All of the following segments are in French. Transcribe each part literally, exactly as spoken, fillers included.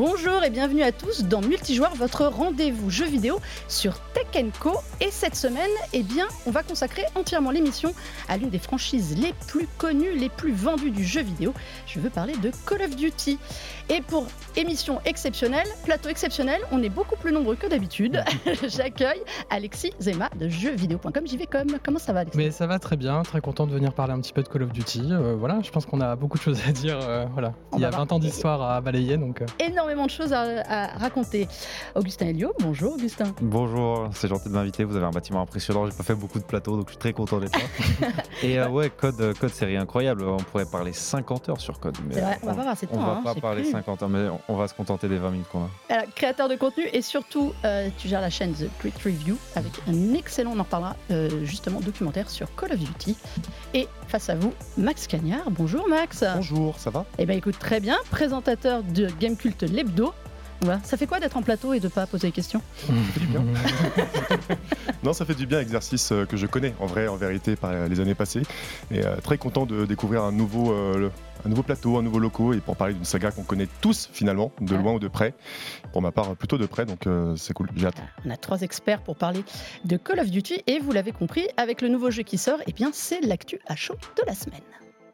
Bonjour et bienvenue à tous dans Multijoueur, votre rendez-vous jeux vidéo sur Tech and Co. Et cette semaine, eh bien, on va consacrer entièrement l'émission à l'une des franchises les plus connues, les plus vendues du jeu vidéo. Je veux parler de Call of Duty. Et pour émission exceptionnelle, plateau exceptionnel, on est beaucoup plus nombreux que d'habitude. J'accueille Alexis Zema de jeux vidéo point com, J V com. Comment ça va, Alexis ? Mais ça va très bien, très content de venir parler un petit peu de Call of Duty. Euh, voilà, je pense qu'on a beaucoup de choses à dire. Euh, voilà. Il y a vingt ans d'histoire à balayer. Donc, euh... énormément de choses à, à raconter. Augustin Elio, bonjour Augustin. Bonjour, c'est gentil de m'inviter. Vous avez un bâtiment impressionnant. J'ai pas fait beaucoup de plateaux, donc je suis très content d'être là. Et euh, ouais, Code, Code, série incroyable. On pourrait parler cinquante heures sur Code. Mais c'est vrai, on va pas avoir assez de temps. On va hein, pas parler plus. cinquante heures, mais on va se contenter des vingt minutes qu'on a. Alors, créateur de contenu et surtout, euh, tu gères la chaîne The Quick Review avec un excellent, on en reparlera euh, justement, documentaire sur Call of Duty. Et face à vous, Max Cagnard. Bonjour Max. Bonjour, ça va ? Eh bien écoute, très bien. Présentateur de Gamecult l'hebdo. Voilà. Ça fait quoi d'être en plateau et de ne pas poser des questions ? Ça fait du bien. Non, ça fait du bien, exercice que je connais en vrai, en vérité, par les années passées. Et euh, très content de découvrir un nouveau, euh, le, un nouveau plateau, un nouveau loco, et pour parler d'une saga qu'on connaît tous finalement, de loin ou de près. Pour ma part, plutôt de près, donc euh, c'est cool, j'ai hâte. On a trois experts pour parler de Call of Duty, et vous l'avez compris, avec le nouveau jeu qui sort, eh bien c'est l'actu à chaud de la semaine.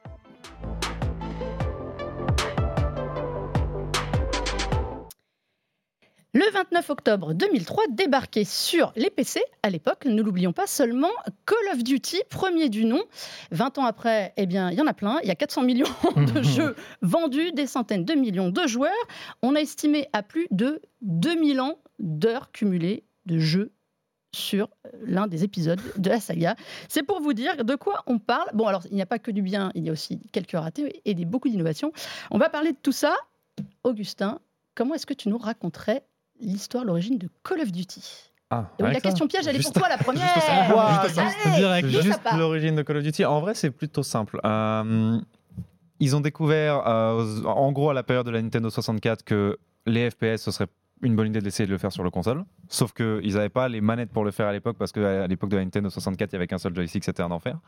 Le vingt-neuf octobre deux mille trois, débarquait sur les P C, à l'époque, ne l'oublions pas, seulement Call of Duty, premier du nom. vingt ans après, eh bien, il y en a plein. Il y a quatre cents millions de jeux vendus, des centaines de millions de joueurs. On a estimé à plus de deux mille ans d'heures cumulées de jeux sur l'un des épisodes de la saga. C'est pour vous dire de quoi on parle. Bon, alors, il n'y a pas que du bien, il y a aussi quelques ratés et des, beaucoup d'innovations. On va parler de tout ça. Augustin, comment est-ce que tu nous raconterais l'histoire, l'origine de Call of Duty? Ah, oui, la question piège, elle est juste, pour toi, la première. Juste, ça. Wow, juste, juste, direct. Juste l'origine de Call of Duty. En vrai, c'est plutôt simple. Euh, ils ont découvert, euh, en gros, à la période de la Nintendo soixante-quatre, que les F P S, ce serait une bonne idée d'essayer de le faire sur le console. Sauf qu'ils n'avaient pas les manettes pour le faire à l'époque, parce qu'à l'époque de la Nintendo soixante-quatre, il n'y avait qu'un seul joystick, c'était un enfer.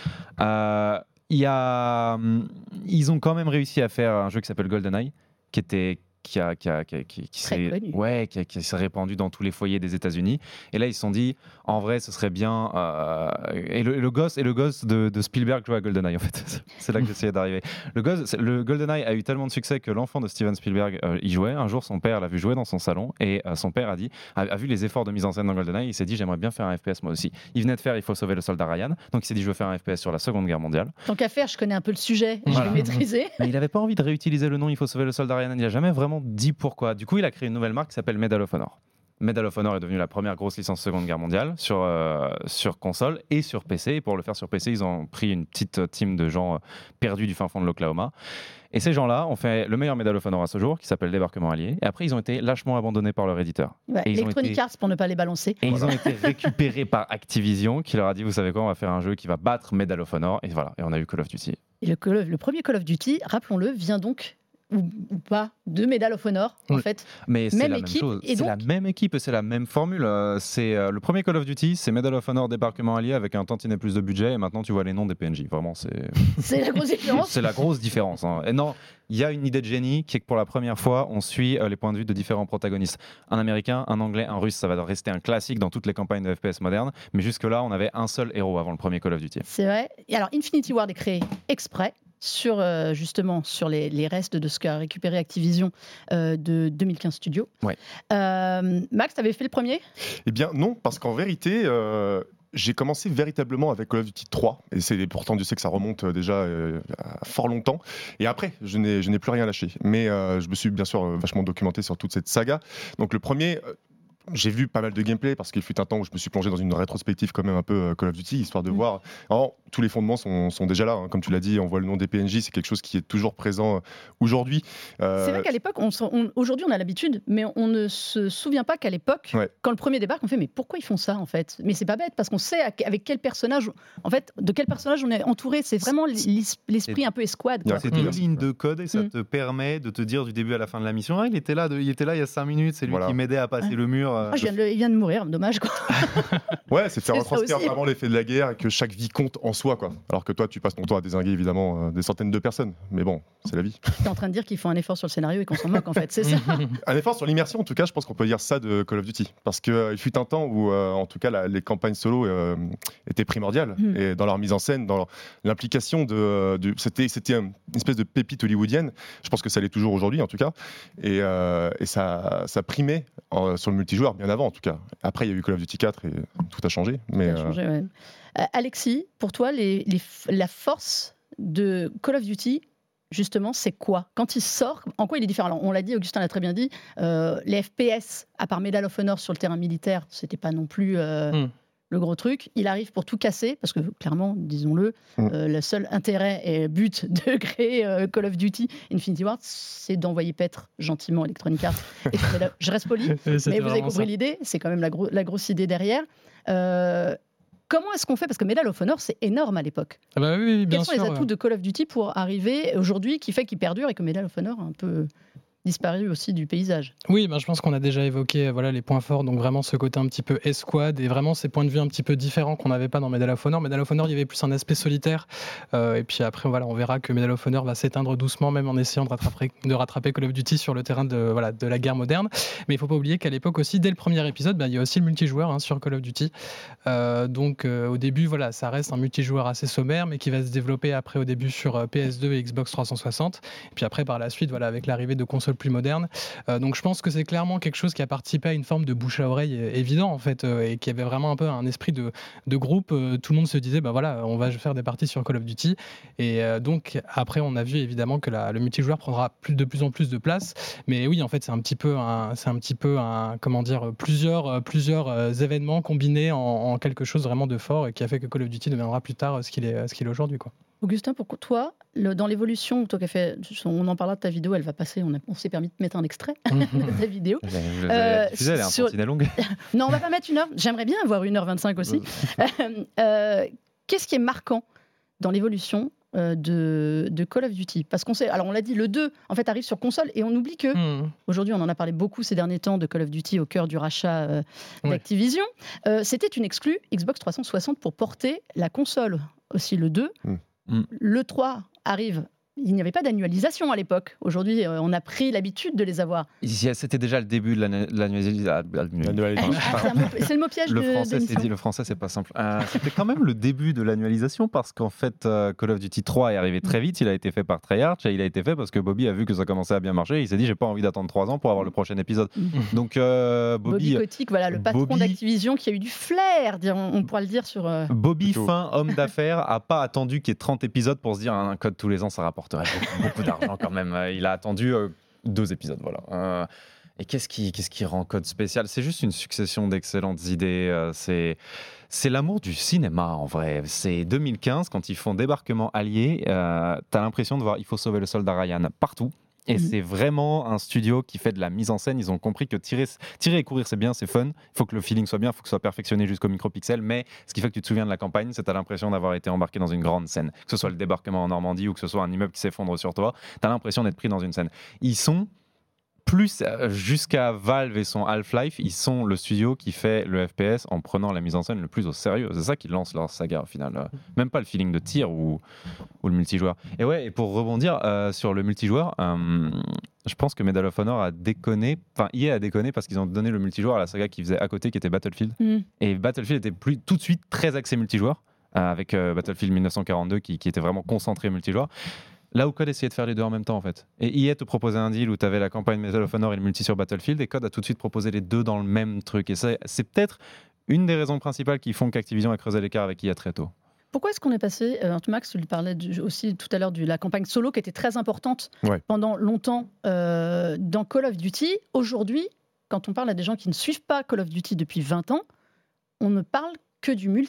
Euh, y a, ils ont quand même réussi à faire un jeu qui s'appelle GoldenEye, qui était... qui, a, qui, a, qui, a, qui, qui s'est ouais, qui, a, qui s'est répandu dans tous les foyers des États-Unis. Et là, ils se sont dit, en vrai, ce serait bien. Euh, et, le, et le gosse, et le gosse de, de Spielberg joue à GoldenEye, en fait. C'est là que j'essayais d'arriver. Le, gosse, le GoldenEye a eu tellement de succès que l'enfant de Steven Spielberg euh, y jouait. Un jour, son père l'a vu jouer dans son salon, et euh, son père a dit, a, a vu les efforts de mise en scène dans GoldenEye. Il s'est dit, j'aimerais bien faire un F P S moi aussi. Il venait de faire Il faut sauver le soldat Ryan, donc il s'est dit, je veux faire un F P S sur la Seconde Guerre mondiale. Tant qu'à faire, je connais un peu le sujet, voilà. Je vais maîtriser. Mais il n'avait pas envie de réutiliser le nom Il faut sauver le soldat Ryan. Il n'a jamais vraiment dit pourquoi. Du coup, il a créé une nouvelle marque qui s'appelle Medal of Honor. Medal of Honor est devenue la première grosse licence Seconde Guerre mondiale sur, euh, sur console et sur P C. Et pour le faire sur P C, ils ont pris une petite team de gens euh, perdus du fin fond de l'Oklahoma. Et ces gens-là ont fait le meilleur Medal of Honor à ce jour, qui s'appelle Débarquement Allié. Et après, ils ont été lâchement abandonnés par leur éditeur. Ouais, et ils Electronic été... Arts, pour ne pas les balancer. Et voilà. Ils ont été récupérés par Activision, qui leur a dit, vous savez quoi, on va faire un jeu qui va battre Medal of Honor. Et voilà, et on a eu Call of Duty. Et le, le premier Call of Duty, rappelons-le, vient donc... Ou, ou pas, de Medal of Honor, en oui. fait. Mais c'est même la équipe, même chose. Et c'est donc... la même équipe et c'est la même formule. C'est euh, le premier Call of Duty, c'est Medal of Honor Débarquement Allié avec un tantinet plus de budget et maintenant tu vois les noms des P N J. Vraiment, c'est. C'est la grosse différence. C'est la grosse différence. Hein. Et non, il y a une idée de génie qui est que pour la première fois, on suit euh, les points de vue de différents protagonistes. Un Américain, un Anglais, un Russe. Ça va rester un classique dans toutes les campagnes de F P S modernes. Mais jusque-là, on avait un seul héros avant le premier Call of Duty. C'est vrai. Et alors, Infinity Ward est créé exprès. Sur, euh, justement, sur les, les restes de ce qu'a récupéré Activision euh, de deux mille quinze Studios. Ouais. Euh, Max, tu avais fait le premier ? Eh bien non, parce qu'en vérité, euh, j'ai commencé véritablement avec Call of Duty trois. Et c'est, pourtant, Dieu sait que ça remonte déjà euh, à fort longtemps. Et après, je n'ai, je n'ai plus rien lâché. Mais euh, je me suis bien sûr vachement documenté sur toute cette saga. Donc le premier... Euh, J'ai vu pas mal de gameplay parce qu'il fut un temps où je me suis plongé dans une rétrospective quand même un peu euh, Call of Duty, histoire de mmh. voir. Alors, tous les fondements sont, sont déjà là. Hein. Comme tu l'as dit, on voit le nom des P N J, c'est quelque chose qui est toujours présent aujourd'hui. Euh... C'est vrai qu'à l'époque, on, on, aujourd'hui on a l'habitude, mais on ne se souvient pas qu'à l'époque, ouais. quand le premier débarque, on fait mais pourquoi ils font ça en fait ? Mais c'est pas bête parce qu'on sait avec quel personnage, en fait, de quel personnage on est entouré. C'est vraiment l'esprit c'est... un peu escouade. Quoi. C'est deux lignes de code et ça mmh. te permet de te dire du début à la fin de la mission, ah, il était là, de, il était là il y a cinq minutes, c'est lui voilà. qui m'aidait à passer ouais. le mur. Euh, oh, je viens de le... Il vient de mourir, dommage quoi. Ouais, c'est faire C'est retranscrire aussi. vraiment l'effet de la guerre et que chaque vie compte en soi, quoi. Alors que toi, tu passes ton temps à dézinguer évidemment euh, des centaines de personnes. Mais bon, c'est la vie. T'es en train de dire qu'il faut un effort sur le scénario et qu'on s'en moque en fait, c'est ça. Un effort sur l'immersion, en tout cas, je pense qu'on peut dire ça de Call of Duty. Parce qu'il euh, fut un temps où, euh, en tout cas, la, les campagnes solo euh, étaient primordiales. Mm. Et dans leur mise en scène, dans leur- l'implication de. de c'était, c'était une espèce de pépite hollywoodienne. Je pense que ça l'est toujours aujourd'hui, en tout cas. Et, euh, et ça, ça primait euh, sur le multijoueur, bien avant, en tout cas. Après, il y a eu Call of Duty quatre et tout a changé. Mais, Ça a changé, ouais. Euh, Alexis, pour toi, les, les, la force de Call of Duty, justement, c'est quoi? Quand il sort, en quoi il est différent? Alors, on l'a dit, Augustin l'a très bien dit, euh, les F P S, à part Medal of Honor sur le terrain militaire, c'était pas non plus euh, Mm. le gros truc. Il arrive pour tout casser, parce que clairement, disons-le, Mm. euh, le seul intérêt et but de créer euh, Call of Duty Infinity Ward, c'est d'envoyer paître gentiment Electronic Arts. Et je, là, je reste poli, Et c'était mais vous avez vraiment compris ça. l'idée, c'est quand même la, gro- la grosse idée derrière. Euh, comment est-ce qu'on fait? Parce que Medal of Honor, c'est énorme à l'époque. Ah bah oui, oui, bien Quels sont sûr. les atouts de Call of Duty pour arriver aujourd'hui, qui fait qu'il perdure et que Medal of Honor a un peu disparu aussi du paysage? Oui, ben, je pense qu'on a déjà évoqué euh, voilà, les points forts, donc vraiment ce côté un petit peu escouade et vraiment ces points de vue un petit peu différents qu'on n'avait pas dans Medal of Honor. Medal of Honor, il y avait plus un aspect solitaire, euh, et puis après, voilà, on verra que Medal of Honor va s'éteindre doucement, même en essayant de rattraper, de rattraper Call of Duty sur le terrain de, voilà, de la guerre moderne. Mais il ne faut pas oublier qu'à l'époque aussi, dès le premier épisode, ben, il y a aussi le multijoueur hein, sur Call of Duty. Euh, donc euh, au début, voilà, ça reste un multijoueur assez sommaire, mais qui va se développer après au début sur euh, P S deux et Xbox trois cent soixante, et puis après par la suite, voilà, avec l'arrivée de consoles plus modernes. Euh, donc je pense que c'est clairement quelque chose qui a participé à une forme de bouche à oreille euh, évident en fait, euh, et qui avait vraiment un peu un esprit de, de groupe. Euh, tout le monde se disait bah voilà, on va faire des parties sur Call of Duty, et euh, donc après on a vu évidemment que la, le multijoueur prendra plus, de plus en plus de place. Mais oui, en fait c'est un petit peu un, c'est un petit peu un, comment dire, plusieurs euh, plusieurs euh, événements combinés en, en quelque chose vraiment de fort, et qui a fait que Call of Duty deviendra plus tard euh, ce qu'il est ce qu'il est aujourd'hui quoi. Augustin, pour toi, le- dans l'évolution, toi qui as fait, on en parlera de ta vidéo, elle va passer, on, a- on s'est permis de mettre un extrait de ta vidéo. Vous avez- vous Euh, avez diffusé, elle est un sur- tantinet longue. Non, on va pas mettre une heure, j'aimerais bien avoir une heure vingt-cinq aussi. Euh, Qu'est-ce qui est marquant dans l'évolution euh, de, de Call of Duty? Parce qu'on sait, alors on l'a dit, le deux en fait arrive sur console et on oublie que Hmm. aujourd'hui on en a parlé beaucoup ces derniers temps de Call of Duty au cœur du rachat euh, Ouais. d'Activision. Euh, C'était une exclue Xbox trois cent soixante pour porter la console, aussi le deux. Mm. Mm. Le trois arrive. Il n'y avait pas d'annualisation à l'époque. Aujourd'hui, euh, on a pris l'habitude de les avoir. C'était déjà le début de l'annu- de l'annualisation. L'annualité. Ah, c'est un mot- c'est le mot piège Le de français, c'est d'émission. dit, le français, c'est pas simple. Euh, C'était quand même le début de l'annualisation parce qu'en fait, euh, Call of Duty trois est arrivé très vite. Il a été fait par Treyarch et il a été fait parce que Bobby a vu que ça commençait à bien marcher. Il s'est dit, j'ai pas envie d'attendre trois ans pour avoir le prochain épisode. Donc, euh, Bobby Bobby, Kotick, voilà, le patron Bobby- d'Activision qui a eu du flair, dire- on, on pourra le dire sur. euh, Bobby, Plutôt. fin homme d'affaires, a pas attendu qu'il y ait trente épisodes pour se dire un code tous les ans, ça rapporterait beaucoup, beaucoup d'argent quand même. Euh, Il a attendu euh, deux épisodes, voilà. Euh, et qu'est-ce qui, qu'est-ce qui rend code spécial? C'est juste une succession d'excellentes idées. euh, c'est, c'est l'amour du cinéma en vrai. C'est deux mille quinze quand ils font Débarquement Allié. Euh, t'as l'impression de voir Il faut sauver le soldat Ryan partout. Et Mhm. c'est vraiment un studio qui fait de la mise en scène. Ils ont compris que tirer, tirer et courir, c'est bien, c'est fun. Il faut que le feeling soit bien, il faut que ce soit perfectionné jusqu'au micropixel. Mais ce qui fait que tu te souviens de la campagne, c'est que tu as l'impression d'avoir été embarqué dans une grande scène. Que ce soit le débarquement en Normandie ou que ce soit un immeuble qui s'effondre sur toi, tu as l'impression d'être pris dans une scène. Ils sont plus, euh, jusqu'à Valve et son Half-Life, ils sont le studio qui fait le F P S en prenant la mise en scène le plus au sérieux. C'est ça qui lance leur saga au final. Euh, Même pas le feeling de tir ou, ou le multijoueur. Et ouais, et pour rebondir euh, sur le multijoueur, euh, je pense que Medal of Honor a déconné, enfin E A a déconné parce qu'ils ont donné le multijoueur à la saga qui faisait à côté, qui était Battlefield. hmm. Et Battlefield était plus, tout de suite très axé multijoueur, euh, avec euh, Battlefield mille neuf cent quarante-deux qui, qui était vraiment concentré multijoueur. Là où Code essayait de faire les deux en même temps en fait. Et E A te proposait un deal où tu avais la campagne Medal of Honor et le multi sur Battlefield, et Code a tout de suite proposé les deux dans le même truc. Et c'est, c'est peut-être une des raisons principales qui font qu'Activision a creusé l'écart avec E A très tôt. Pourquoi est-ce qu'on est passé, euh, Max, tu lui parlais du- aussi tout à l'heure de la campagne solo qui était très importante Ouais. pendant longtemps euh, dans Call of Duty. Aujourd'hui, quand on parle à des gens qui ne suivent pas Call of Duty depuis vingt ans, on ne parle que du multi.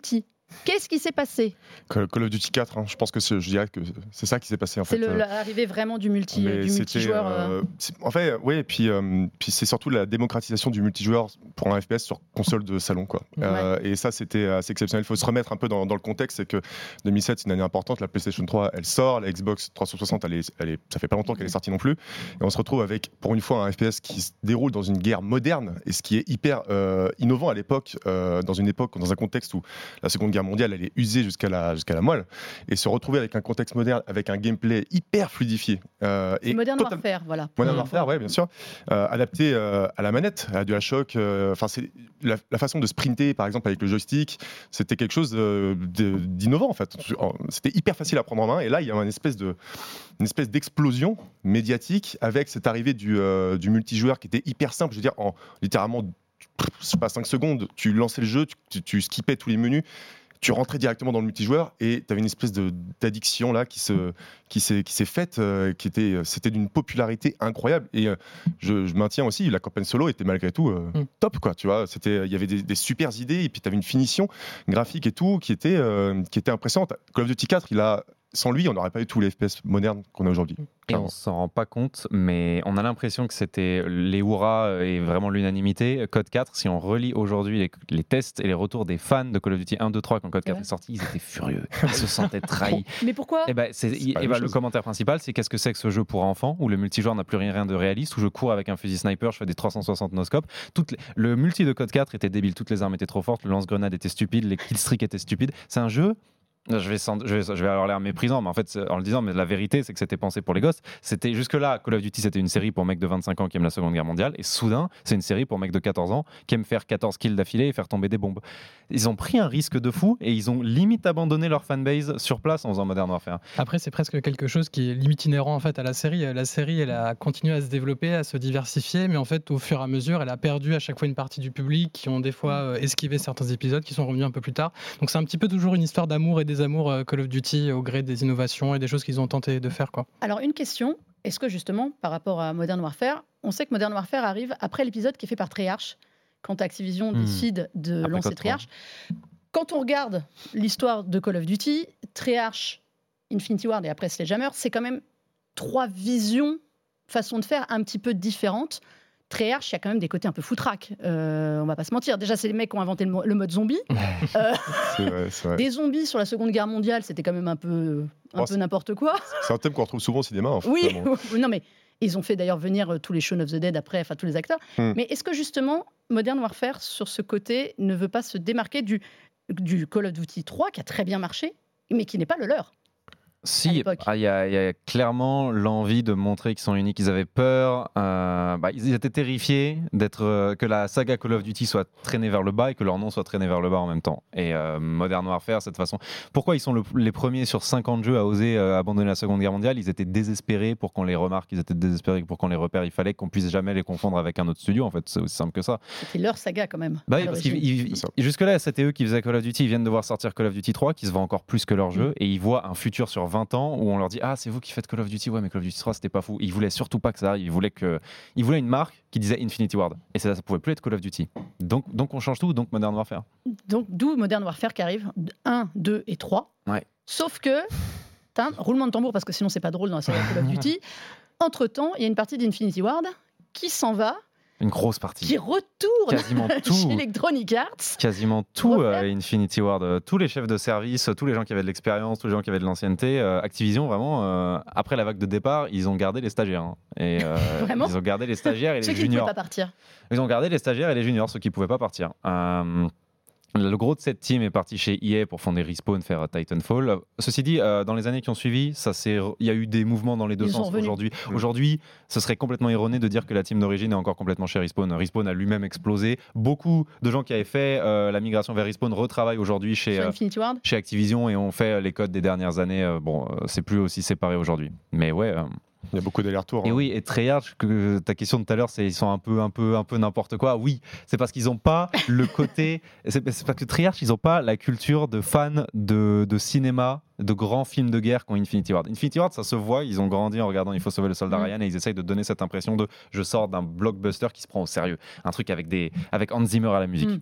Qu'est-ce qui s'est passé ? Call of Duty quatre, hein, je pense que je dirais que c'est ça qui s'est passé en c'est fait. C'est l'arrivée vraiment du, multi, Mais du multijoueur. Euh, en fait, oui, et puis, euh, puis c'est surtout la démocratisation du multijoueur pour un F P S sur console de salon. Quoi. Ouais. Euh, et ça, c'était assez exceptionnel. Il faut se remettre un peu dans, dans le contexte, c'est que deux mille sept, c'est une année importante. La PlayStation trois, elle sort, la Xbox trois cent soixante, elle est, elle est, ça fait pas longtemps qu'elle est sortie non plus. Et on se retrouve avec, pour une fois, un F P S qui se déroule dans une guerre moderne et ce qui est hyper euh, innovant à l'époque, euh, dans une époque, dans un contexte où la Seconde Guerre mondiale, elle est usée jusqu'à la, jusqu'à la moelle, et se retrouver avec un contexte moderne, avec un gameplay hyper fluidifié. Euh, et Modern total... Warfare, voilà. Modern mmh. Warfare, oui, bien sûr. Euh, adapté euh, à la manette, à DualShock. Enfin, euh, c'est la, la façon de sprinter, par exemple, avec le joystick, c'était quelque chose de, de, d'innovant, en fait. C'était hyper facile à prendre en main, et là, il y a une espèce de, une espèce d'explosion médiatique avec cette arrivée du, euh, du multijoueur qui était hyper simple. Je veux dire, en littéralement, je sais pas, cinq secondes, tu lançais le jeu, tu, tu, tu skippais tous les menus. Tu rentrais directement dans le multijoueur et tu avais une espèce de, d'addiction là qui, se, qui, s'est, qui s'est faite, euh, qui était, c'était d'une popularité incroyable. Et euh, je, je maintiens aussi, la campagne solo était malgré tout euh, mm. top, quoi. Tu vois, c'était, il y avait des, des super idées et puis tu avais une finition graphique et tout qui était, euh, qui était impressionnante. Call of Duty quatre, il a, sans lui, on n'aurait pas eu tous les F P S modernes qu'on a aujourd'hui. Et on s'en rend pas compte, mais on a l'impression que c'était les hurrahs et vraiment l'unanimité. Code quatre, si on relit aujourd'hui les, les tests et les retours des fans de Call of Duty un, deux, trois quand Code quatre ouais. est sorti, ils étaient furieux, ils se sentaient trahis. Mais pourquoi ? Et ben, c'est, c'est et ben, le commentaire principal, c'est qu'est-ce que c'est que ce jeu pour enfants où le multijoueur n'a plus rien, rien de réaliste, où je cours avec un fusil sniper, je fais des trois cent soixante no-scope. Toutes les... Le multi de Code quatre était débile, toutes les armes étaient trop fortes, le lance-grenade était stupide, les killstreaks étaient stupides. C'est un jeu. Je vais, sans, je, vais, je vais avoir l'air méprisant, mais en fait, en le disant, mais la vérité, c'est que c'était pensé pour les gosses. C'était jusque-là, Call of Duty, c'était une série pour mecs de vingt-cinq ans qui aiment la Seconde Guerre mondiale, et soudain, c'est une série pour mecs de quatorze ans qui aiment faire quatorze kills d'affilée et faire tomber des bombes. Ils ont pris un risque de fou et ils ont limite abandonné leur fanbase sur place en faisant Modern Warfare. Après, c'est presque quelque chose qui est limite inhérent en fait à la série. La série, elle a continué à se développer, à se diversifier, mais en fait, au fur et à mesure, elle a perdu à chaque fois une partie du public qui ont des fois euh, esquivé certains épisodes, qui sont revenus un peu plus tard. Donc, c'est un petit peu toujours une histoire d'amour et désamour euh, Call of Duty au gré des innovations et des choses qu'ils ont tenté de faire, quoi. Alors une question, est-ce que justement par rapport à Modern Warfare, on sait que Modern Warfare arrive après l'épisode qui est fait par Treyarch, quand Activision mmh. décide de après lancer Treyarch. Quand on regarde l'histoire de Call of Duty, Treyarch, Infinity Ward et après Sledgehammer, c'est quand même trois visions, façons de faire un petit peu différentes. Treyarch, il y a quand même des côtés un peu foutraques, euh, on va pas se mentir. Déjà, c'est les mecs qui ont inventé le, mo- le mode zombie. euh, c'est vrai, c'est vrai. Des zombies sur la Seconde Guerre mondiale, c'était quand même un peu, un oh, peu n'importe quoi. C'est un thème qu'on retrouve souvent au cinéma. En fait, oui, non mais ils ont fait d'ailleurs venir euh, tous les Shaun of the Dead après, enfin tous les acteurs. Hmm. Mais est-ce que justement, Modern Warfare, sur ce côté, ne veut pas se démarquer du, du Call of Duty trois, qui a très bien marché, mais qui n'est pas le leur ? Si, il ah, y, y a clairement l'envie de montrer qu'ils sont uniques. Ils avaient peur, euh, bah, ils étaient terrifiés d'être, euh, que la saga Call of Duty soit traînée vers le bas et que leur nom soit traîné vers le bas en même temps. Et euh, Modern Warfare, cette façon. Pourquoi ils sont le, les premiers sur cinquante jeux à oser euh, abandonner la Seconde Guerre mondiale ? Ils étaient désespérés pour qu'on les remarque, ils étaient désespérés pour qu'on les repère. Il fallait qu'on puisse jamais les confondre avec un autre studio. En fait, c'est aussi simple que ça. C'était leur saga quand même. Bah oui, parce qu'ils, jusque-là, c'était eux qui faisaient Call of Duty. Ils viennent de voir sortir Call of Duty trois, qui se vend encore plus que leur jeu, mmh. et ils voient un futur sur vingt ans où on leur dit ah c'est vous qui faites Call of Duty, ouais mais Call of Duty trois c'était pas fou. Ils voulaient surtout pas que ça arrive, ils voulaient que ils voulaient une marque qui disait Infinity Ward et ça ça pouvait plus être Call of Duty. Donc donc on change tout, donc Modern Warfare. Donc d'où Modern Warfare qui arrive un, deux et trois. Ouais. Sauf que t'as un roulement de tambour parce que sinon c'est pas drôle dans la série Call of Duty. Entre-temps, il y a une partie d'Infinity Ward qui s'en va. Une grosse partie. Qui retourne quasiment tout, chez Electronic Arts. Quasiment tout euh, Infinity Ward. Euh, tous les chefs de service, tous les gens qui avaient de l'expérience, tous les gens qui avaient de l'ancienneté. Euh, Activision, vraiment, euh, après la vague de départ, ils ont gardé les stagiaires. Hein. Et, euh, vraiment ils ont gardé les stagiaires et ceux les juniors. Ceux qui ne pouvaient pas partir. Ils ont gardé les stagiaires et les juniors, ceux qui ne pouvaient pas partir. Euh, Le gros de cette team est parti chez E A pour fonder Respawn, faire Titanfall. Ceci dit, euh, dans les années qui ont suivi, ça c'est, il y a eu des mouvements dans les deux Ils sens aujourd'hui. Mmh. Aujourd'hui, ce serait complètement erroné de dire que la team d'origine est encore complètement chez Respawn. Respawn a lui-même explosé. Beaucoup de gens qui avaient fait euh, la migration vers Respawn retravaillent aujourd'hui chez, euh, chez Activision et ont fait les codes des dernières années. Euh, bon, euh, c'est plus aussi séparé aujourd'hui. Mais ouais. Euh, Il y a beaucoup d'allers-retours. Et hein. oui, et Treyarch, que ta question de tout à l'heure, c'est ils sont un peu, un peu, un peu n'importe quoi. Oui, c'est parce qu'ils n'ont pas le côté. c'est, c'est parce que Treyarch, ils n'ont pas la culture de fans de, de cinéma, de grands films de guerre qu'ont Infinity Ward. Infinity Ward, ça se voit. Ils ont grandi en regardant Il faut sauver le soldat mmh. Ryan et ils essayent de donner cette impression de je sors d'un blockbuster qui se prend au sérieux, un truc avec des, avec Hans Zimmer à la musique. Mmh.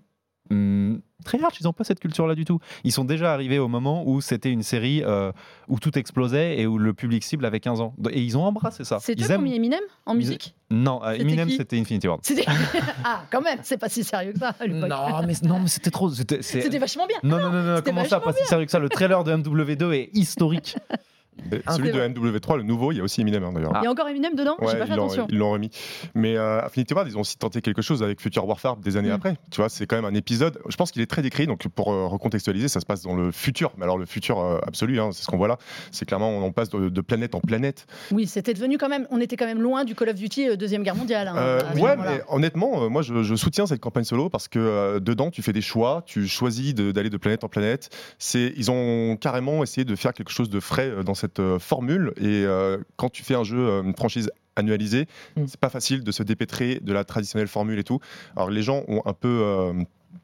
Hum, Treyarch, ils n'ont pas cette culture-là du tout. Ils sont déjà arrivés au moment où c'était une série euh, où tout explosait et où le public cible avait quinze ans. Et ils ont embrassé ça. C'est ils eux qui ont mis Eminem en musique ? Non, euh, C'était Eminem, qui c'était Infinity Ward. C'était... Ah, quand même, c'est pas si sérieux que ça à l'époque. Non, mais, non, mais c'était trop. C'était, c'est... C'était vachement bien. Non, non, non, non, C'était comment ça, pas si sérieux que ça. Le trailer de M W deux est historique. Celui de M W trois, le nouveau, il y a aussi Eminem hein, d'ailleurs. Il y a encore Eminem dedans ? Ouais, J'ai pas fait ils, l'ont, attention. ils l'ont remis. Mais euh, Infinity Ward, ils ont aussi tenté quelque chose avec Future Warfare des années Mm. après. Tu vois, c'est quand même un épisode. Je pense qu'il est très décrit. Donc pour euh, recontextualiser, ça se passe dans le futur. Mais alors le futur euh, absolu, hein, c'est ce qu'on voit là. C'est clairement on passe de, de planète en planète. Oui, c'était devenu quand même. On était quand même loin du Call of Duty euh, deuxième guerre mondiale. Hein, Euh, à ce ouais, moment-là. mais honnêtement, euh, moi je, je soutiens cette campagne solo parce que euh, dedans tu fais des choix, tu choisis de- d'aller de planète en planète. C'est, ils ont carrément essayé de faire quelque chose de frais euh, dans cette euh, formule. Et euh, quand tu fais un jeu, euh, une franchise annualisée, Mm. c'est pas facile de se dépêtrer de la traditionnelle formule et tout. Alors les gens ont un peu euh,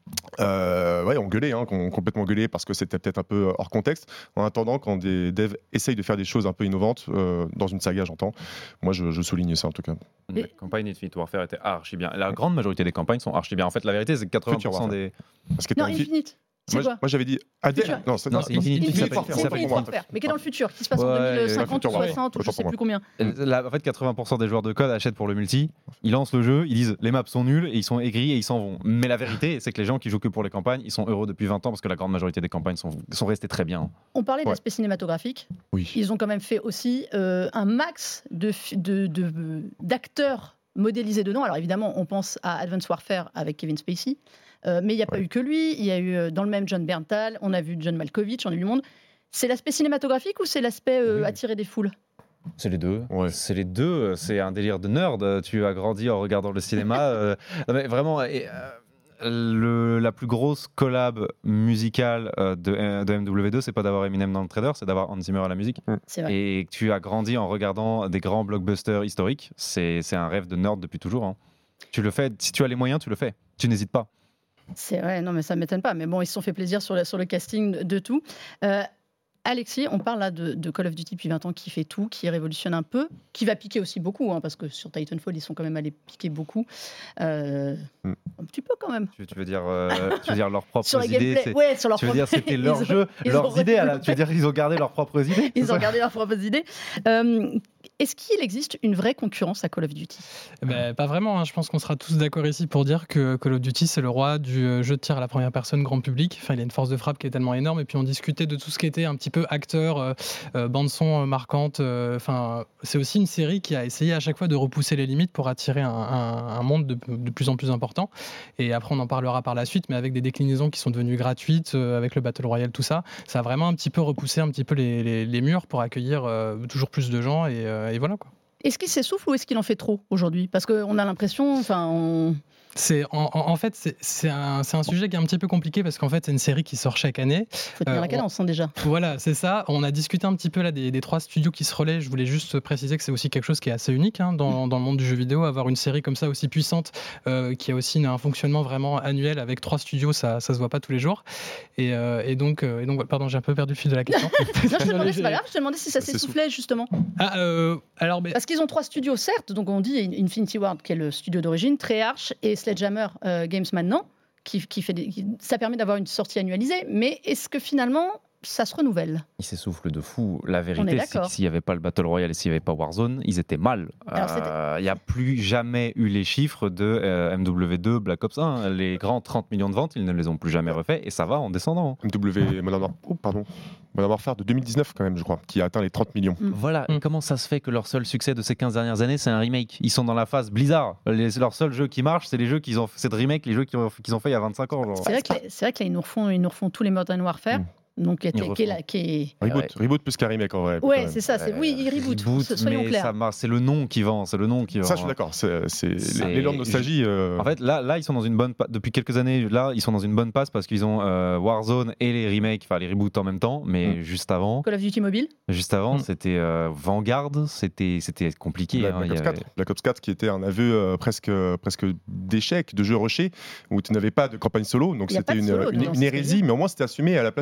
euh, ouais, engueulé, hein, ont complètement gueulé parce que c'était peut-être un peu euh, hors contexte. En attendant, quand des devs essayent de faire des choses un peu innovantes euh, dans une saga, j'entends. Moi, je, je souligne ça en tout cas. La campagne Infinite Warfare était archi bien. La grande majorité des campagnes sont archi bien. En fait, la vérité, c'est que quatre-vingts pour cent des. Parce que Non, t'as un fi- Infinite. C'est moi, quoi moi, j'avais dit Adèle. Future. Non, c'est Non, non, c'est Infinite, Infinite ça s'appelle- Warfare, ça autant s'appelle pour moi. Warfare, mais qui est dans le futur, qui se passe Ouais, en deux mille cinquante ou futur, ouais. soixante ou je Autant sais pour plus combien. La- en fait, quatre-vingts pour cent des joueurs de code achètent pour le multi. Ils lancent le jeu, ils disent les maps sont nulles et ils sont aigris et ils s'en vont. Mais la vérité, c'est que les gens qui jouent que pour les campagnes, ils sont heureux depuis vingt ans parce que la grande majorité des campagnes sont, sont restées très bien. On parlait de Ouais. l'aspect cinématographique. Oui. Ils ont quand même fait aussi euh, un max de, fi- de, de- d'acteurs modélisés dedans. Alors évidemment, on pense à Advanced Warfare avec Kevin Spacey. Euh, mais il n'y a pas Ouais. eu que lui. Il y a eu euh, dans le même John Berntal, on a vu John Malkovich, on a eu du monde. C'est l'aspect cinématographique ou c'est l'aspect euh, Oui. attirer des foules ? C'est les deux. Ouais. C'est les deux. C'est un délire de nerd. Tu as grandi en regardant le cinéma. euh, non, mais vraiment, et, euh, le, la plus grosse collab musicale euh, de, de M W deux, c'est pas d'avoir Eminem dans le trailer, c'est d'avoir Hans Zimmer à la musique. C'est vrai. Et que tu as grandi en regardant des grands blockbusters historiques. C'est, c'est un rêve de nerd depuis toujours. hein. Tu le fais. Si tu as les moyens, tu le fais. Tu n'hésites pas. C'est vrai, non mais ça m'étonne pas. Mais bon, ils se sont fait plaisir sur, la- sur le casting de, de tout. Euh, Alexis, on parle là de, de Call of Duty depuis vingt ans qui fait tout, qui révolutionne un peu, qui va piquer aussi beaucoup, hein, parce que sur Titanfall, ils sont quand même allés piquer beaucoup. Euh, Mm. Un petit peu quand même. Tu, tu veux dire, euh, tu veux dire leurs propres Sur les idées. gameplays, c'est- ouais, sur leur Tu veux propre- dire c'était Ils leur ont- jeu, ils leurs ont- idées. à la- Tu veux dire qu'ils ont gardé leurs propres idées. c'est Ils ça ont gardé leurs propres idées. Euh, Est-ce qu'il existe une vraie concurrence à Call of Duty ? Eh ben, pas vraiment, hein. Je pense qu'on sera tous d'accord ici pour dire que Call of Duty c'est le roi du euh, jeu de tir à la première personne grand public. Enfin, il a une force de frappe qui est tellement énorme et puis on discutait de tout ce qui était un petit peu acteur, euh, euh, bande son euh, marquante. euh, Enfin, c'est aussi une série qui a essayé à chaque fois de repousser les limites pour attirer un, un- un monde de, de plus en plus important. Et après on en parlera par la suite, mais avec des déclinaisons qui sont devenues gratuites, euh, avec le Battle Royale, tout ça, ça a vraiment un petit peu repoussé un petit peu les, les- les murs pour accueillir euh, toujours plus de gens et, euh, et voilà quoi. Est-ce qu'il s'essouffle ou est-ce qu'il en fait trop aujourd'hui ? Parce qu'on a l'impression, enfin, on... C'est en, en- en fait c'est c'est un, c'est un sujet qui est un petit peu compliqué parce qu'en fait c'est une série qui sort chaque année. faut tenir Euh, la cadence hein, déjà. Voilà, c'est ça. On a discuté un petit peu là des, des trois studios qui se relaient. Je voulais juste préciser que c'est aussi quelque chose qui est assez unique hein, dans, dans le monde du jeu vidéo. Avoir une série comme ça aussi puissante, euh, qui a aussi une- un fonctionnement vraiment annuel avec trois studios, ça, ça se voit pas tous les jours. Et, euh, et donc, euh, et donc, voilà, pardon, j'ai un peu perdu le fil de la question. Non, je te demandais, c'est pas grave, je te demandais si ça Ça s'essoufflait justement. Ah, euh, alors, mais, Parce qu'ils ont trois studios, certes, donc on dit Infinity Ward, qui est le studio d'origine, Treyarch et Sledgehammer euh, Games maintenant, qui, qui fait des- qui- ça permet d'avoir une sortie annualisée, mais est-ce que finalement ça se renouvelle ? Ils s'essoufflent de fou. La On est vérité, c'est d'accord. que s'il n'y avait pas le Battle Royale et s'il n'y avait pas Warzone, ils étaient mal. Alors, c'était- Euh, Il n'y a plus jamais eu les chiffres de euh, M W deux, Black Ops un. Les grands trente millions de ventes, ils ne les ont plus jamais refaits et ça va en descendant. M W Modern Warfare, oh, pardon, Modern Warfare de deux mille dix-neuf quand même, je crois, qui a atteint les trente millions. Mm. Voilà, Mm. et comment ça se fait que leur seul succès de ces quinze dernières années, c'est un remake ? Ils sont dans la phase Blizzard. Les, leur seul jeu qui marche, c'est les jeux qu'ils ont, c'est de remake, les jeux qu'ils ont, qu'ils ont fait il y a vingt-cinq ans. Genre. C'est vrai, que là- c'est vrai que là, ils nous refont, ils nous refont tous les Modern Warfare, Mm. donc qui est, Ils qui est refont. là- qui est- Reboot, Ouais. reboot plus qu'un remake en vrai. quand Ouais, même. c'est ça, c'est... oui, ils rebootent, Reboot, so- soyons mais clairs. ça marche, c'est le nom qui vend, c'est le nom qui vend. Ça, je suis d'accord. C'est, c'est C'est- l'élan de nostalgie. euh, En fait, là, là, ils sont dans une bonne pa- depuis quelques années. Là, ils sont dans une bonne passe parce qu'ils ont euh, Warzone et les remakes, enfin les reboots en même temps. Mais Mm. juste avant, Call of Duty Mobile. juste avant, Mm. c'était euh, Vanguard. C'était, c'était compliqué. Black, hein, Black il y Ops avait- quatre. Black Ops quatre qui était un aveu euh, presque, presque d'échec, de jeu rushé, où tu n'avais pas de campagne solo, donc Il y a c'était pas de une, solo une- dedans, une c'est hérésie, mais au moins c'était assumé. À la place, ils te mettaient un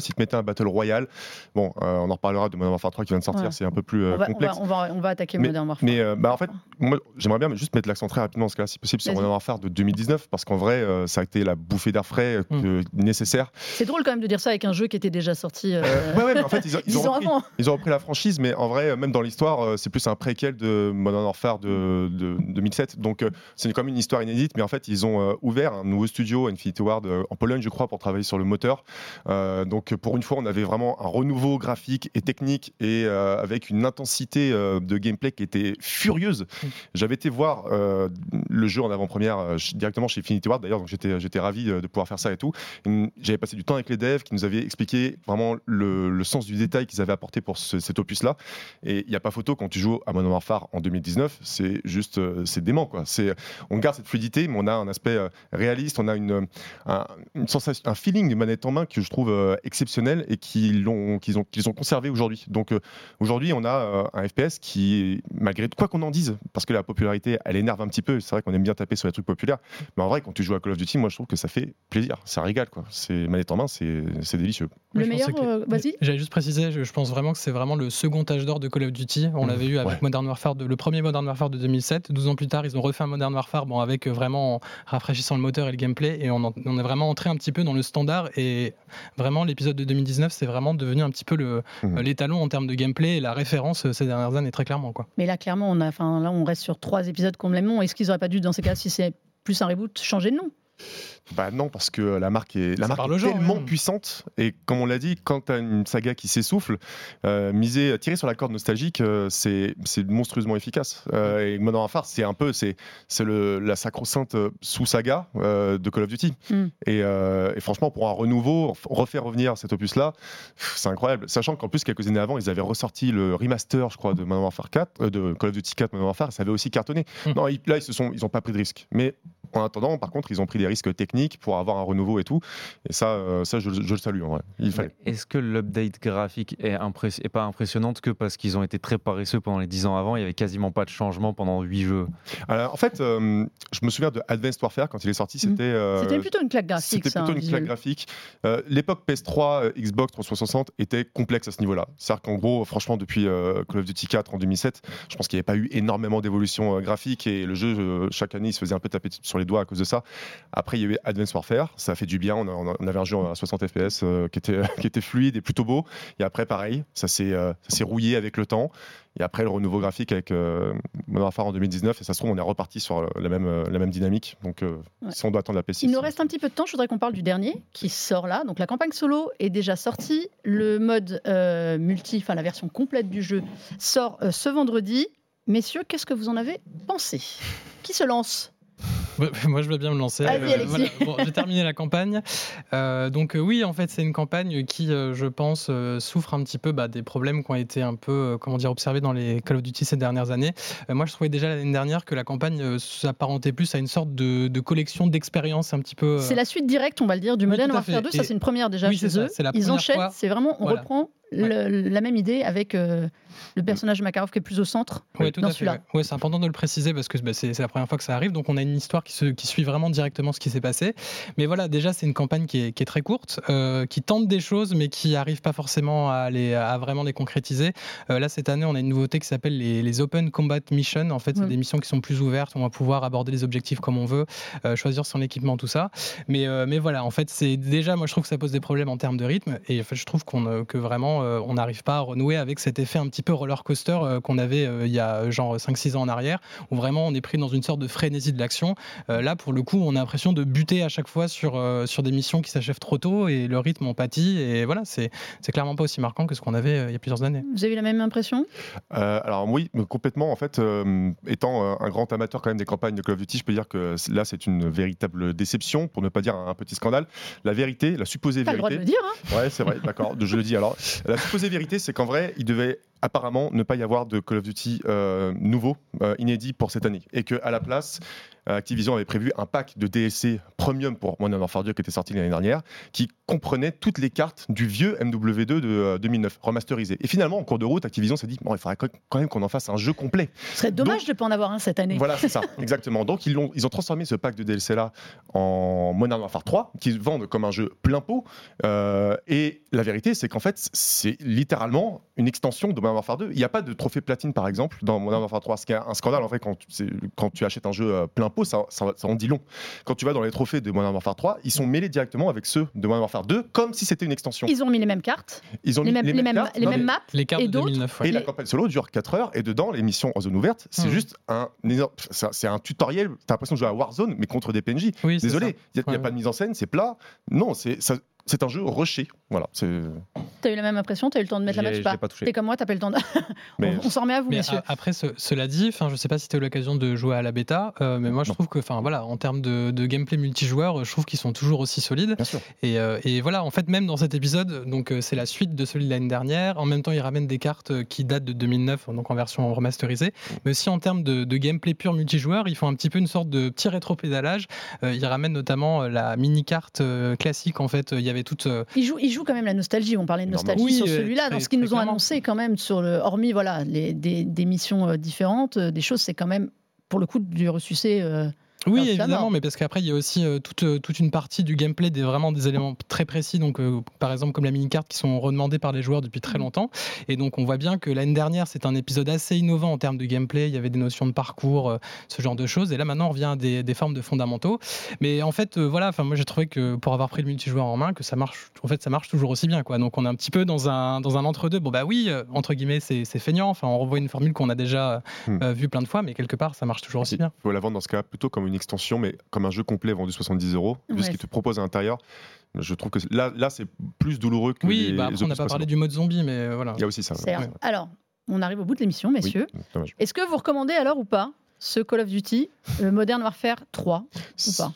Battle Royale. Bon, euh, on en reparlera de Modern Warfare trois qui vient de sortir, ouais. c'est un peu plus euh, on va, complexe. On va, on va, on va attaquer mais, Modern Warfare. Mais euh, bah, en fait, moi, j'aimerais bien juste mettre l'accent très rapidement, dans ce cas, si possible, sur Modern Warfare de deux mille dix-neuf, parce qu'en vrai, euh, ça a été la bouffée d'air frais euh, mmh. nécessaire. C'est drôle quand même de dire ça avec un jeu qui était déjà sorti. Euh... Euh, ouais, ouais, mais en fait, ils ont, ils, ont repris, ils ont repris la franchise, mais en vrai, même dans l'histoire, euh, c'est plus un préquel de Modern Warfare de, de, de deux mille sept. Donc, euh, c'est quand même une histoire inédite, mais en fait, ils ont euh, ouvert un nouveau studio, Infinity Ward, euh, en Pologne, je crois, pour travailler sur le moteur. Euh, donc, pour une fois, on avait vraiment un renouveau graphique et technique et euh, avec une intensité euh, de gameplay qui était furieuse. Mmh. J'avais été voir euh, le jeu en avant-première euh, directement chez Infinity Ward, d'ailleurs, donc j'étais, j'étais ravi de pouvoir faire ça et tout. Et j'avais passé du temps avec les devs qui nous avaient expliqué vraiment le, le sens du détail qu'ils avaient apporté pour ce, cet opus-là. Et il n'y a pas photo quand tu joues à Modern Warfare en deux mille dix-neuf, c'est juste, euh, c'est dément, quoi. C'est, on garde cette fluidité, mais on a un aspect euh, réaliste, on a une, un, une sensation, un feeling de manette en main que je trouve euh, exceptionnel et qu'ils l'ont, qu'ils ont, qu'ils ont conservé aujourd'hui. Donc euh, aujourd'hui, on a euh, un F P S qui, malgré quoi qu'on en dise, parce que la popularité, elle énerve un petit peu. C'est vrai qu'on aime bien taper sur les trucs populaires, mais en vrai, quand tu joues à Call of Duty, moi, je trouve que ça fait plaisir, ça régale, quoi. C'est manette en main, c'est, c'est délicieux. Le ouais, meilleur, euh, vas-y. J'allais juste préciser, je, je pense vraiment que c'est vraiment le second âge d'or de Call of Duty. On mmh, l'avait eu avec ouais. Modern Warfare, de, le premier Modern Warfare de deux mille sept. douze ans plus tard, ils ont refait un Modern Warfare, bon, avec vraiment en rafraîchissant le moteur et le gameplay, et on, en, on est vraiment entré un petit peu dans le standard. Et vraiment, l'épisode de deux mille dix-neuf, c'est vraiment devenu un petit peu le, mmh. l'étalon en termes de gameplay et la référence ces dernières années, très clairement, quoi. Mais là, clairement, on a, enfin, là, on reste sur trois épisodes complètement. Est-ce qu'ils n'auraient pas dû, dans ces cas, si c'est plus un reboot, changer de nom ? Bah non, parce que la marque est, la marque est genre, tellement ouais. puissante, et comme on l'a dit, quand tu as une saga qui s'essouffle, euh, miser, tirer sur la corde nostalgique, euh, c'est, c'est monstrueusement efficace. Euh, et Modern Warfare, c'est un peu, c'est, c'est le, la sacro-sainte sous-saga euh, de Call of Duty. Mm. Et, euh, et franchement, pour un renouveau, refaire revenir cet opus-là, c'est incroyable. Sachant qu'en plus, quelques années avant, ils avaient ressorti le remaster, je crois, de Modern Warfare quatre, euh, de Call of Duty quatre Modern Warfare, et ça avait aussi cartonné. Mm. Non, ils, là, ils se sont, ils ont pas pris de risques. Mais en attendant, par contre, ils ont pris des risques techniques pour avoir un renouveau et tout. Et ça, euh, ça je, je le salue en vrai. Il fallait. Est-ce que l'update graphique est, impress- est pas impressionnante que parce qu'ils ont été très paresseux pendant les dix ans avant, il y avait quasiment pas de changement pendant huit jeux? Alors, en fait, euh, je me souviens de Advanced Warfare quand il est sorti. C'était, euh, c'était plutôt une claque graphique. C'était plutôt ça, une visuel. claque graphique. Euh, l'époque P S trois, euh, Xbox trois cent soixante était complexe à ce niveau-là. C'est-à-dire qu'en gros, franchement, depuis euh, Call of Duty quatre en deux mille sept, je pense qu'il n'y avait pas eu énormément d'évolution euh, graphique et le jeu, euh, chaque année, il se faisait un peu taper sur les doigts à cause de ça. Après, il y a eu Advanced Warfare. Ça a fait du bien. On, a, on avait un jeu à soixante F P S euh, qui, était, qui était fluide et plutôt beau. Et après, pareil, ça s'est, euh, ça s'est rouillé avec le temps. Et après, le renouveau graphique avec euh, Modern Warfare en deux mille dix-neuf. Et ça se trouve, on est reparti sur la même, euh, la même dynamique. Donc, euh, ouais. si on doit attendre la P S six. Il nous reste un petit peu de temps. Je voudrais qu'on parle du dernier qui sort là. Donc, la campagne solo est déjà sortie. Le mode euh, multi, enfin la version complète du jeu, sort euh, ce vendredi. Messieurs, qu'est-ce que vous en avez pensé? Qui se lance? Moi, je veux bien me lancer. Euh, voilà. Bon, j'ai terminé la campagne. Euh, donc euh, oui, en fait, c'est une campagne qui, euh, je pense, euh, souffre un petit peu bah, des problèmes qui ont été un peu, euh, comment dire, observés dans les Call of Duty ces dernières années. Euh, moi, je trouvais déjà l'année dernière que la campagne euh, s'apparentait plus à une sorte de, de collection d'expériences un petit peu. Euh... C'est la suite directe, on va le dire, du oui, Modern Warfare deux. Ça, c'est une première déjà oui, chez c'est eux. Ça, c'est la Ils enchaînent. Fois. C'est vraiment, on voilà. reprend Ouais. Le, la même idée avec euh, le personnage Makarov qui est plus au centre ouais, tout dans à fait, celui-là. Ouais. Ouais, c'est important de le préciser parce que bah, c'est, c'est la première fois que ça arrive, donc on a une histoire qui, se, qui suit vraiment directement ce qui s'est passé. Mais voilà, déjà c'est une campagne qui est, qui est très courte, euh, qui tente des choses mais qui n'arrive pas forcément à, les, à vraiment les concrétiser. Euh, là cette année on a une nouveauté qui s'appelle les, les Open Combat Missions. En fait c'est ouais. des missions qui sont plus ouvertes, on va pouvoir aborder les objectifs comme on veut, euh, choisir son équipement, tout ça. Mais, euh, mais voilà, en fait c'est déjà, moi je trouve que ça pose des problèmes en termes de rythme et en fait, je trouve qu'on, que vraiment euh, on n'arrive pas à renouer avec cet effet un petit peu roller coaster euh, qu'on avait euh, il y a genre cinq six ans en arrière, où vraiment on est pris dans une sorte de frénésie de l'action. Euh, là pour le coup on a l'impression de buter à chaque fois sur, euh, sur des missions qui s'achèvent trop tôt et le rythme en pâtit et voilà, c'est, c'est clairement pas aussi marquant que ce qu'on avait euh, il y a plusieurs années. Vous avez la même impression? euh, Alors oui, complètement. En fait, euh, étant un grand amateur quand même des campagnes de Call of Duty, je peux dire que là c'est une véritable déception, pour ne pas dire un petit scandale. La vérité, la supposée T'as vérité... le droit de le dire, hein. Ouais, c'est vrai, d'accord, je le dis alors. La supposée vérité, c'est qu'en vrai, il devait apparemment ne pas y avoir de Call of Duty euh, nouveau, euh, inédit pour cette année. Et qu'à la place, Activision avait prévu un pack de D L C premium pour Modern Warfare deux qui était sorti l'année dernière, qui comprenait toutes les cartes du vieux M W deux de euh, deux mille neuf, remasterisé. Et finalement, en cours de route, Activision s'est dit, bon, il faudrait quand même qu'on en fasse un jeu complet. Ce serait dommage Donc, de ne pas en avoir un cette année. Voilà, c'est ça, exactement. Donc ils ont, ils ont transformé ce pack de D L C-là en Modern Warfare trois, qu'ils vendent comme un jeu plein pot. Euh, et la vérité, c'est qu'en fait, c'est littéralement une extension de Modern Warfare deux. Il n'y a pas de trophée platine, par exemple, dans Modern Warfare trois, ce qui est un scandale, en vrai, quand tu, quand tu achètes un jeu euh, plein pot, ça, ça, ça en dit long. Quand tu vas dans les trophées de Modern Warfare trois, ils sont mêlés directement avec ceux de Modern Warfare deux, comme si c'était une extension. Ils ont mis les mêmes cartes, Ils ont les, mis mêmes, les les, mêmes mêmes, cartes, les non, mêmes mais- maps Les cartes et de d'autres. deux mille neuf, ouais. Et la campagne solo dure quatre heures, et dedans, les missions en zone ouverte, c'est Hmm. juste un, énorme- c'est c'est un tutoriel. T'as l'impression de jouer à Warzone, mais contre des P N J. Oui, c'est Désolé, il n'y a, Ouais. pas de mise en scène, c'est plat. Non, c'est ça- c'est un jeu rushé. Voilà. c'est- T'as eu la même impression, t'as eu le temps de mettre la J'y ai- match je pas. l'ai pas touché. T'es comme moi, t'as pas eu le temps de. Mais- on on s'en remet à vous, Mais messieurs. a- après, ce- cela dit, enfin, je sais pas si tu as eu l'occasion de jouer à la bêta, euh, mais moi je Non. trouve que, enfin voilà, en termes de, de gameplay multijoueur, je trouve qu'ils sont toujours aussi solides. Bien sûr. Et, euh, et voilà, en fait, même dans cet épisode, donc euh, c'est la suite de celui de l'année dernière. En même temps, ils ramènent des cartes euh, qui datent de deux mille neuf, donc en version remasterisée. Mais aussi en termes de, de gameplay pur multijoueur, ils font un petit peu une sorte de petit rétro-pédalage. Euh, ils ramènent notamment euh, la mini-carte euh, classique. En fait, il y avait toute. euh, Ils jouent, ils jouent quand même la nostalgie. On parlait de Énormément. nostalgie Oui, sur euh, celui-là. très- Dans ce qu'ils très nous ont clairement. annoncé, quand même, sur le, hormis voilà, les, des, des missions euh, différentes, euh, des choses, c'est quand même, pour le coup, du ressucé. euh, Oui, Alors, ça évidemment, va. mais parce qu'après, il y a aussi euh, toute, euh, toute une partie du gameplay, des, vraiment des éléments très précis, donc euh, par exemple comme la mini-carte qui sont redemandées par les joueurs depuis très longtemps. Et donc on voit bien que l'année dernière, c'est un épisode assez innovant en termes de gameplay, il y avait des notions de parcours, euh, ce genre de choses. Et là maintenant, on revient à des, des formes de fondamentaux. Mais en fait, euh, voilà, moi j'ai trouvé que pour avoir pris le multijoueur en main, que ça marche, en fait, ça marche toujours aussi bien, quoi. Donc on est un petit peu dans un, dans un entre-deux. Bon bah oui, euh, entre guillemets, c'est c'est feignant, enfin on revoit une formule qu'on a déjà Hmm. euh, vue plein de fois, mais quelque part, ça marche toujours aussi bien. Il faut la vendre dans ce cas plutôt comme une extension, mais comme un jeu complet vendu soixante-dix euros, vu Ouais. ce qu'il te propose à l'intérieur. Je trouve que là, là c'est plus douloureux que Oui, les, bah les après, on n'a opus pas parlé précédents. du mode zombie, mais euh, voilà. Il y a aussi ça. certes. ouais. Alors, on arrive au bout de l'émission, Oui, messieurs. dommage. Est-ce que vous recommandez alors ou pas ce Call of Duty, le Modern Warfare trois ou pas?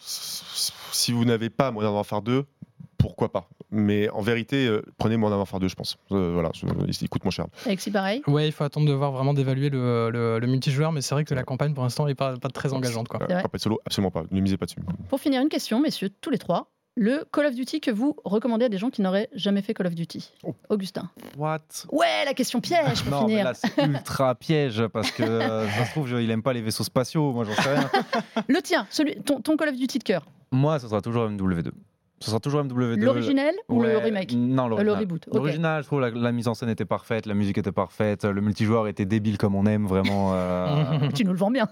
Si vous n'avez pas Modern Warfare deux, pourquoi pas. Mais en vérité, euh, prenez Modern Warfare deux, je pense. Euh, voilà, je- il coûte moins cher. Alexis, pareil. Ouais, il faut attendre de voir vraiment d'évaluer le, le- le multijoueur, mais c'est vrai que la campagne pour l'instant n'est pas, pas très engageante, quoi. Euh, C'est vrai. campagne solo, absolument pas. Ne misez pas dessus. Pour finir, une question, messieurs, tous les trois. Le Call of Duty que vous recommandez à des gens qui n'auraient jamais fait Call of Duty. Oh. Augustin. What? Ouais, la question piège pour Non, mais finir. là, c'est ultra piège parce que euh, ça se trouve, je- il aime pas les vaisseaux spatiaux. Moi, j'en sais rien. Le tien, celui, ton, ton Call of Duty de cœur. Moi, ce sera toujours M W deux. Ce sera toujours M W deux. L'originel ou le Ouais, remake Non, Euh, Le l'original. reboot. ok. L'original, je trouve la, la mise en scène était parfaite, la musique était parfaite, le multijoueur était débile comme on aime, vraiment. euh. Tu nous le vends bien.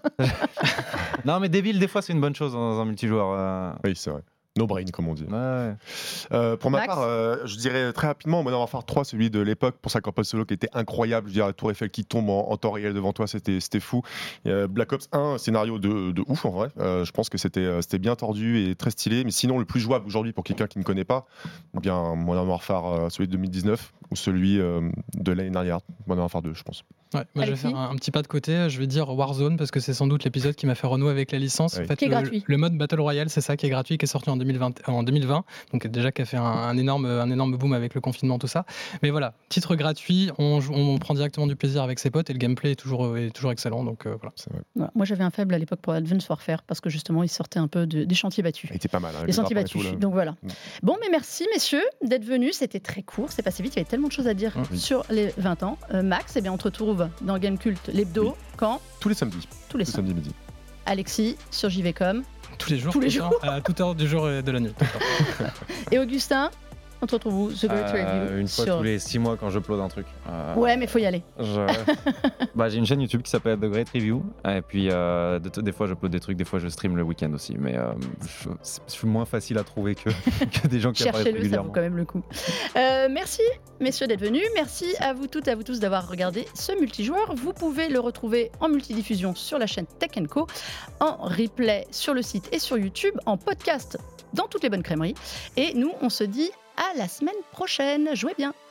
Non, mais débile, des fois, c'est une bonne chose dans un multijoueur. euh. Oui, c'est vrai. No brain, comme on dit. Ouais. Euh, pour ma Max part, euh, je dirais très rapidement Modern Warfare trois, celui de l'époque, pour sa campagne solo qui était incroyable. Je veux dire, la Tour Eiffel qui tombe en, en temps réel devant toi, c'était c'était fou. Et, euh, Black Ops un, scénario de, de ouf en vrai. Euh, je pense que c'était euh, c'était bien tordu et très stylé. Mais sinon, le plus jouable aujourd'hui pour quelqu'un qui ne connaît pas, eh bien Modern Warfare, euh, celui de deux mille dix-neuf ou celui euh, de l'année dernière, Modern Warfare deux, je pense. Ouais, moi, je vais Alexis faire un, un petit pas de côté. Je vais dire Warzone parce que c'est sans doute l'épisode qui m'a fait renouer avec la licence. Oui. En fait, Qui est le, gratuit. le mode Battle Royale, c'est ça qui est gratuit, qui est sorti en deux mille vingt, en deux mille vingt. Donc déjà qui a fait un, un énorme, un énorme boom avec le confinement, tout ça. Mais voilà, titre gratuit, on, joue- on prend directement du plaisir avec ses potes et le gameplay est toujours, est toujours excellent. Donc euh, voilà. C'est vrai. Voilà. Moi, j'avais un faible à l'époque pour Advanced Warfare parce que justement, il sortait un peu de- des chantiers battus. Il était pas mal. hein, Les les sentiers drapeaux et battus. tout, là. Donc voilà. Mm. Bon, mais merci messieurs d'être venus. C'était très court, c'est passé vite. Il y avait tellement de choses à dire Mm. Oui. sur les vingt ans. Euh, Max, eh bien, on te retrouve dans Game Cult l'hebdo. Oui. Quand Tous les samedis. Tous les Tous les samedis. samedis midi. Alexis sur J V Com. Tous les jours, Tous les tout le temps, à toute heure du jour et de la nuit. tout le temps. Et Augustin, on te retrouve où The Great Euh, Review une fois sur- tous les six mois quand je upload un truc. Euh, Ouais, mais faut y aller. je- bah, j'ai une chaîne YouTube qui s'appelle The Great Review. Et puis, euh, de- des fois, j'upload des trucs, des fois, je stream le week-end aussi. Mais euh, je, c'est- je suis moins facile à trouver que, que des gens qui apparaissent Cherchez-le, ça vaut régulièrement. quand même le coup. Euh, merci, messieurs, d'être venus. Merci à vous toutes et à vous tous d'avoir regardé ce multijoueur. Vous pouvez le retrouver en multidiffusion sur la chaîne Tech and Co, en replay sur le site et sur YouTube, en podcast dans toutes les bonnes crèmeries. Et nous, on se dit à la semaine prochaine. Jouez bien.